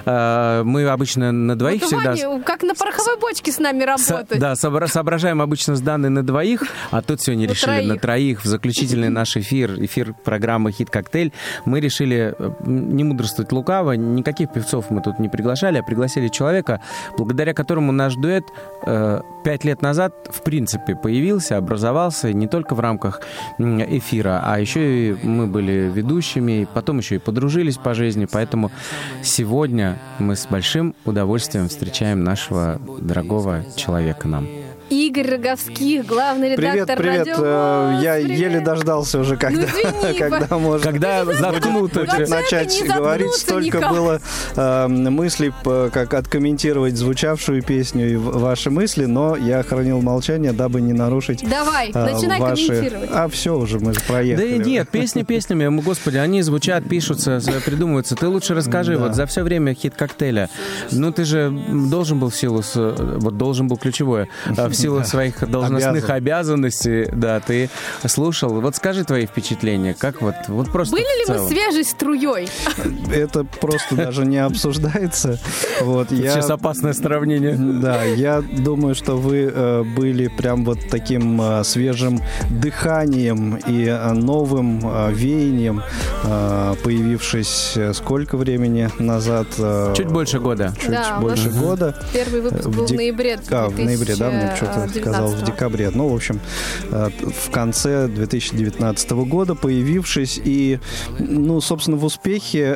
Мы обычно на двоих всегда... Ваня, как на пороховой бочке с нами работать. Да, соображаем обычно с Даной на двоих, а тут сегодня решили на троих. В заключительный наш эфир программы «Хит-коктейль», мы решили не мудрствовать лукаво, никаких певцов мы тут не приглашали, а пригласили человека, благодаря которому наш дуэт 5 лет назад в принципе появился, образовался не только в рамках эфира, а еще и мы были ведущими, потом еще и подружились по жизни, поэтому сегодня мы с большим удовольствием встречаем нашего дорогого человека нам. Игорь Роговских, главный редактор привет. Радио ВОС. Я еле дождался уже, когда можно будет начать говорить. Столько было мыслей, как откомментировать звучавшую песню и ваши мысли, но я хранил молчание, дабы не нарушить. Давай, начинай комментировать. А все уже, мы проехали. Да нет, песни песнями, господи, они звучат, пишутся, придумываются. Ты лучше расскажи, вот за все время хит-коктейля, ну ты же должен был в силу, вот должен был ключевое, в силу своих должностных обязанностей, да, ты слушал. Вот скажи твои впечатления, как вот просто были ли мы свежей струей? Это просто даже не обсуждается. Вот, сейчас опасное сравнение. Да, я думаю, что вы были прям вот таким свежим дыханием и новым веянием, появившись сколько времени назад? Чуть больше года. Чуть больше года. Первый выпуск был в ноябре 2019 в ноябре, да, мне что-то сказал в декабре. Ну, в общем, в конце 2019 года появившись и, ну, собственно, в успехе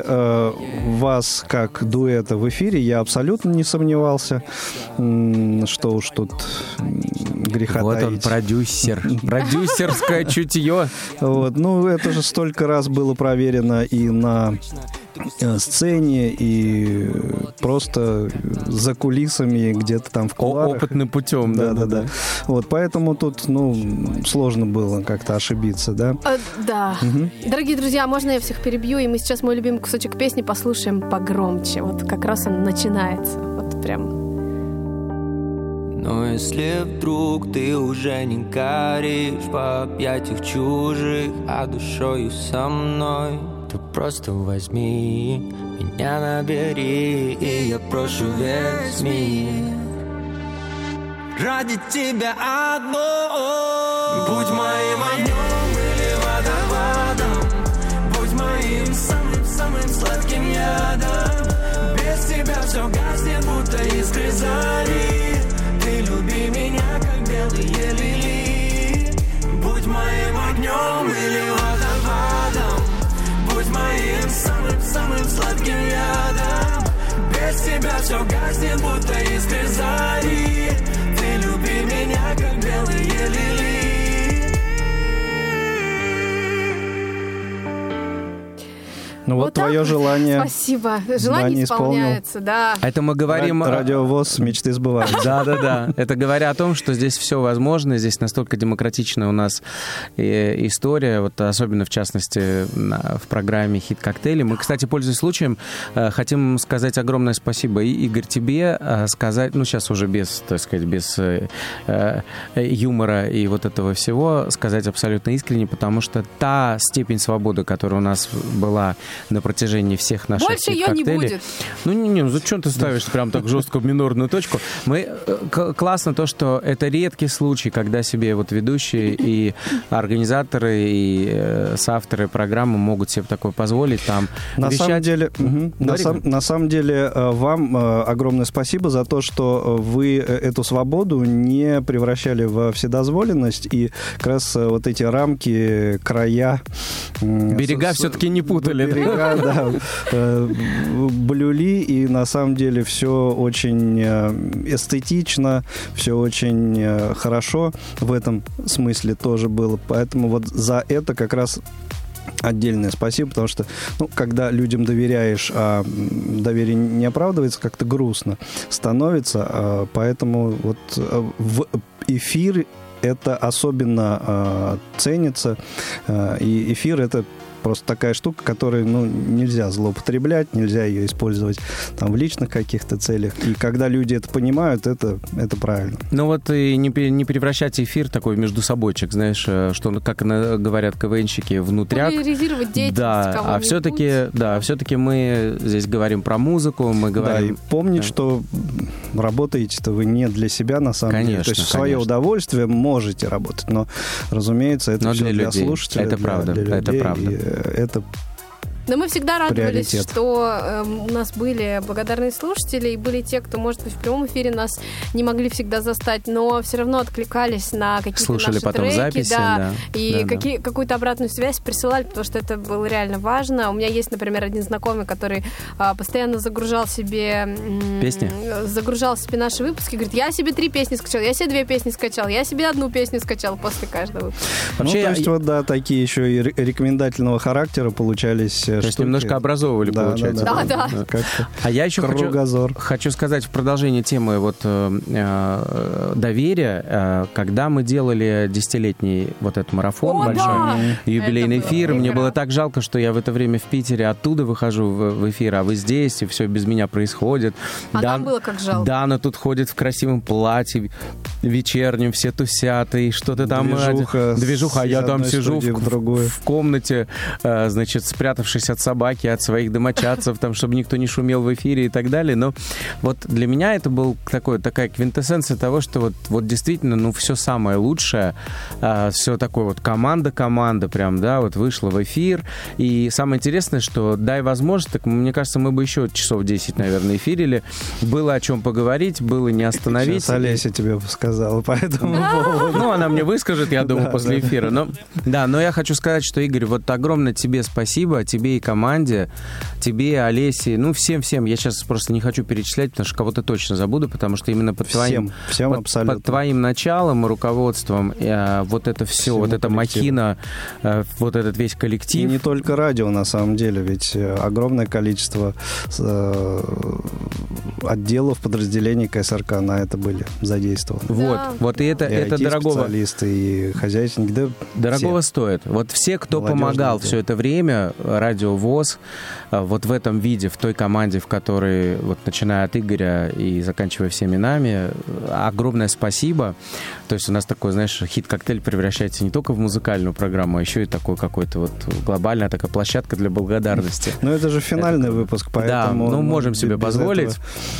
вас как дуэта в эфире я абсолютно не сомневался, что уж тут греха вот таить. Он, продюсер. Продюсерское чутье. Вот, ну, это же столько раз было проверено и на сцене, и просто за кулисами, где-то там в кулуарах. Опытным путем, да. Вот, поэтому тут, ну, сложно было как-то ошибиться, да? Да. Дорогие друзья, можно я всех перебью, и мы сейчас мой любимый кусочек песни послушаем погромче. Вот как раз он начинается. Вот прям. Но если вдруг ты уже не горишь в объятиях чужих, а душою со мной, то просто возьми меня, набери, и я брошу весь мир ради тебя одной. Будь моим огнем или водопадом, будь моим самым сладким ядом. Без тебя все гаснет, будто искры зари. Ты люби меня, как белые лилии. Будь моим огнем или водопадом, будь моим самым сладким ядом. Без тебя все гаснет, будто искры зари. Ты люби меня, как белые лилии. Ну вот твое желание. Спасибо. Желание исполняется, да. Это мы говорим... Радио ВОС, мечты сбываются. Да. Это говоря о том, что здесь все возможно, здесь настолько демократичная у нас история, вот особенно в частности в программе «Хит-коктейли». Мы, кстати, пользуясь случаем, хотим сказать огромное спасибо, и, Игорь, тебе сказать, ну сейчас уже без, так сказать, без юмора и вот этого всего, сказать абсолютно искренне, потому что та степень свободы, которая у нас была на протяжении всех наших больше ее не будет. Ну, не, зачем ты ставишь прям так жестко в минорную точку? Классно то, что это редкий случай, когда себе вот ведущие и организаторы, и соавторы программы могут себе такое позволить там вещать. На самом деле, вам огромное спасибо за то, что вы эту свободу не превращали во вседозволенность, и как раз вот эти рамки, края... Берега все-таки не путали. Блюли, и на самом деле все очень эстетично, все очень хорошо в этом смысле тоже было. Поэтому вот за это как раз отдельное спасибо, потому что, ну, когда людям доверяешь, а доверие не оправдывается, как-то грустно становится. Поэтому вот в эфир это особенно ценится. И эфир — это просто такая штука, которую, ну, нельзя злоупотреблять, нельзя ее использовать там в личных каких-то целях. И когда люди это понимают, это правильно. Ну вот и не превращать эфир такой между собойчик, знаешь, что, как говорят КВНщики, внутряк. Популяризировать деятельность да, все-таки мы здесь говорим про музыку, мы говорим... Да, и помнить, что работаете-то вы не для себя, на самом деле. То есть в свое удовольствие можете работать, но, разумеется, это все для слушателей. Это правда, это правда. Это Но мы всегда радовались, приоритет. что у нас были благодарные слушатели, и были те, кто, может быть, в прямом эфире нас не могли всегда застать, но все равно откликались на какие-то слушали наши потом треки, записи, да, и да. какую-то обратную связь присылали, потому что это было реально важно. У меня есть, например, один знакомый, который постоянно загружал себе песни, загружал себе наши выпуски, говорит, я себе 3 песни скачал, я себе 2 песни скачал, я себе 1 песню скачал после каждого выпуска. Вообще, то есть, вот, да, такие еще и рекомендательного характера получались. То есть немножко образовывали, получается. Да. А я еще хочу сказать в продолжении темы вот доверия, когда мы делали 10-летний вот этот марафон большой, юбилейный эфир, мне было так жалко, что я в это время в Питере оттуда выхожу в эфир, а вы здесь, и все без меня происходит. А нам было как жалко. Дана тут ходит в красивом платье вечернем, все тусят, и что-то там... Движуха, а я там сижу в комнате, значит, спрятавшись от собаки, от своих домочадцев, там, чтобы никто не шумел в эфире и так далее. Но вот для меня это был такая квинтэссенция того, что вот действительно, ну, все самое лучшее, все такое вот команда прям, да, вот вышла в эфир. И самое интересное, что дай возможность, так, мне кажется, мы бы еще часов 10, наверное, эфирили. Было о чем поговорить, было не остановить. Сейчас Олеся тебе сказала по этому поводу. Ну, она мне выскажет, я думаю, после эфира. Но я хочу сказать, что, Игорь, вот огромное тебе спасибо, тебе и команде, тебе, Олесе, ну, всем. Я сейчас просто не хочу перечислять, потому что кого-то точно забуду, потому что именно под твоим началом и руководством вот это все, вот эта махина, вот этот весь коллектив. И не только радио, на самом деле, ведь огромное количество отделов, подразделений КСРК на это были задействованы. Вот, и это дорогого... специалисты, и хозяйственники, да, дорогого все. стоит. Вот все, кто помогал все это время, Радио ВОС, вот в этом виде, в той команде, в которой, вот начиная от Игоря и заканчивая всеми нами, огромное спасибо. То есть у нас такой, знаешь, хит-коктейль превращается не только в музыкальную программу, а еще и такой какой-то вот глобальная такая площадка для благодарности. Но это же финальный выпуск, поэтому... Да, можем себе позволить.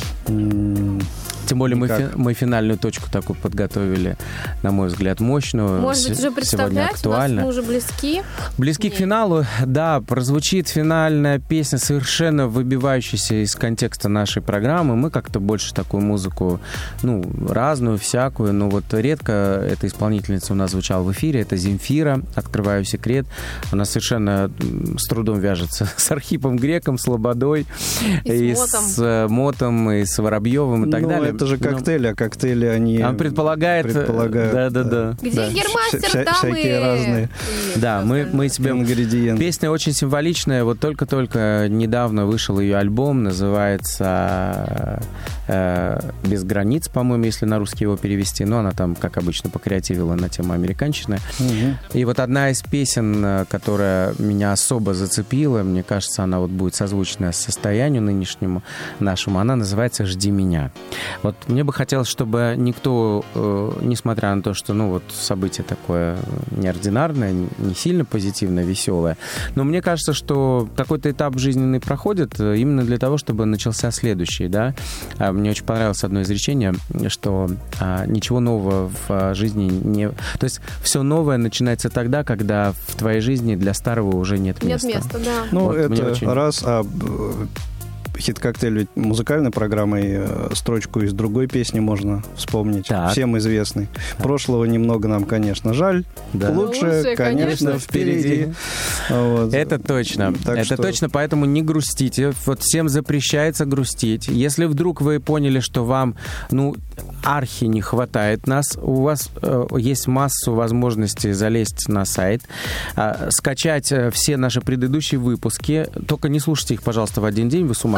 Тем более мы финальную точку такую подготовили, на мой взгляд, мощную. Может быть, уже представлять? У нас мы уже близки. Близки к финалу, да, прозвучит финальная песня, совершенно выбивающаяся из контекста нашей программы. Мы как-то больше такую музыку, ну, разную, всякую, но вот редко эта исполнительница у нас звучала в эфире. Это Земфира, «Открываю секрет». Она совершенно с трудом вяжется с Архипом Греком, с Лободой, и с Мотом, и с Воробьевым и так далее. Это же коктейли, а коктейли они... Он предполагает. Да. Где Гермастер, там всякие разные. Да, мы себе... Ингредиенты. Песня очень символичная. Вот только-только недавно вышел ее альбом. Называется «Без границ», по-моему, если на русский его перевести. Но она там, как обычно, покреативила на тему американщины. И вот одна из песен, которая меня особо зацепила, мне кажется, она вот будет созвучна состоянию нынешнему нашему, она называется «Жди меня». Вот мне бы хотелось, чтобы никто, несмотря на то, что, ну, вот событие такое неординарное, не сильно позитивное, веселое, но мне кажется, что какой-то этап жизненный проходит именно для того, чтобы начался следующий, да. Мне очень понравилось одно изречение, что ничего нового в жизни не... То есть все новое начинается тогда, когда в твоей жизни для старого уже нет места. Нет места, да. Ну, вот это раз... Хит-коктейль ведь музыкальной программой, строчку из другой песни можно вспомнить. Так. Всем известный. Прошлого немного нам, конечно, жаль. Да. Лучше, конечно, впереди. Вот. Это точно. Точно, поэтому не грустите. Вот всем запрещается грустить. Если вдруг вы поняли, что вам, ну, архи не хватает нас, у вас есть массу возможностей залезть на сайт, скачать все наши предыдущие выпуски. Только не слушайте их, пожалуйста, в один день, вы с ума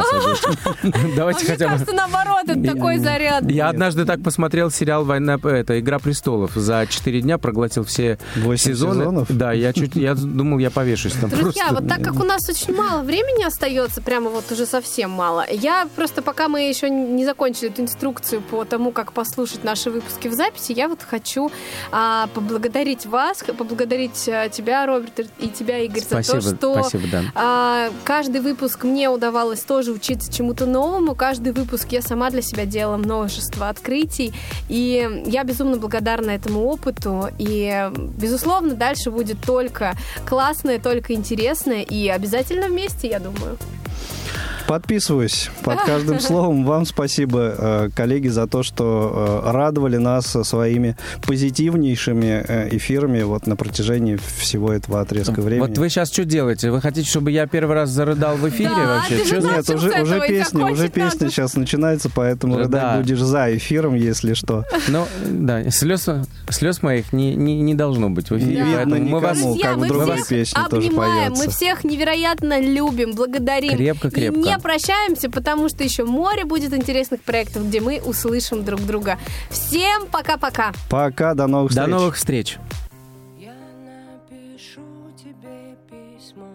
Давайте Мне хотя бы... кажется, наоборот, это такой заряд. Я однажды так посмотрел сериал «Игра престолов». За 4 дня проглотил все 8 сезонов? Да, я думал, я повешусь там Друзья, просто. вот так как у нас очень мало времени остается, прямо вот уже совсем мало, я просто, пока мы еще не закончили эту инструкцию по тому, как послушать наши выпуски в записи, я вот хочу поблагодарить вас, поблагодарить тебя, Роберт, и тебя, Игорь, Спасибо, за то, что спасибо, да. каждый выпуск мне удавалось тоже учиться чему-то новому, каждый выпуск я сама для себя делала множество открытий, и я безумно благодарна этому опыту, и, безусловно, дальше будет только классное, только интересное, и обязательно вместе, я думаю. Подписываюсь под каждым словом. Вам спасибо, коллеги, за то, что радовали нас своими позитивнейшими эфирами вот на протяжении всего этого отрезка времени. Вот вы сейчас что делаете? Вы хотите, чтобы я первый раз зарыдал в эфире вообще? Нет, уже песня сейчас начинается, поэтому рыдать будешь за эфиром, если что. Ну, да, слез моих не должно быть в эфире. Видно никому, как в другой песне тоже обнимаем, поется. мы всех невероятно любим, благодарим. Крепко-крепко. И не прощаемся, потому что еще море будет интересных проектов, где мы услышим друг друга. Всем пока-пока. Пока, до новых встреч. До новых встреч. Я напишу тебе письмо.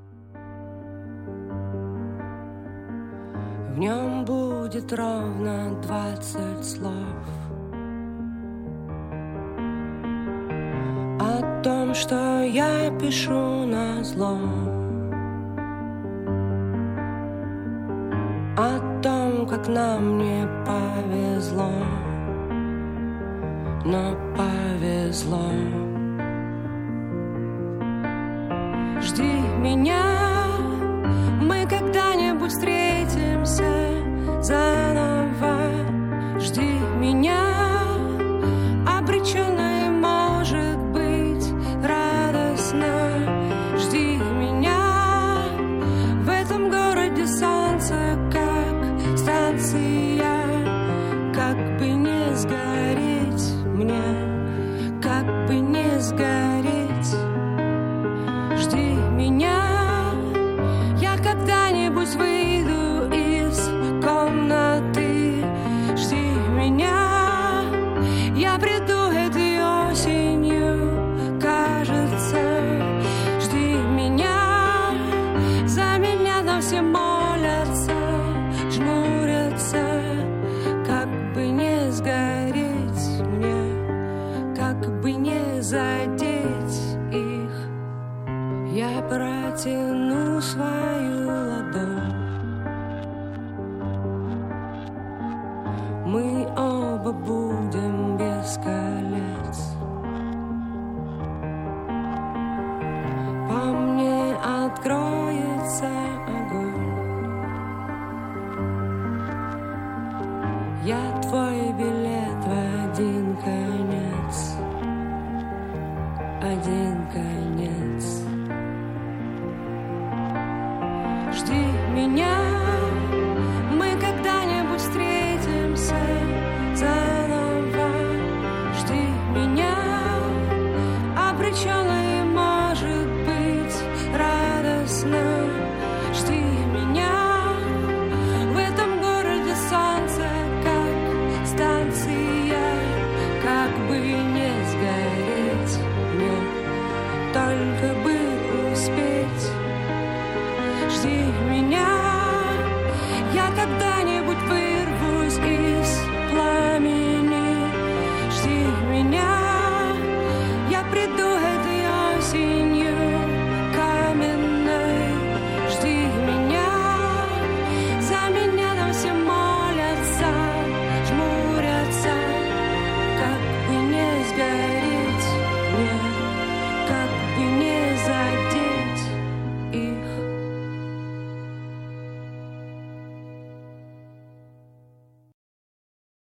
В нем будет ровно 20 слов о том, что я пишу назло, о том, как нам не повезло, но повезло. Жди меня, мы когда-нибудь встретимся заново. Жди меня, обреченная, может быть, радостно. Жди меня, в этом городе солнце как станция. Как бы не сгореть мне, как бы не сгореть. Жди меня, я когда-нибудь выйду из комнаты. Жди меня, я приду этой осенью, кажется. Жди меня, за меня там все молятся, жмурятся. Как бы не сгореть мне, как бы не задеть их. Я протяну свою ладонь. Мы оба будем без колец. По мне откроется огонь. Я твой билет в один конец. Один конец. Жди меня.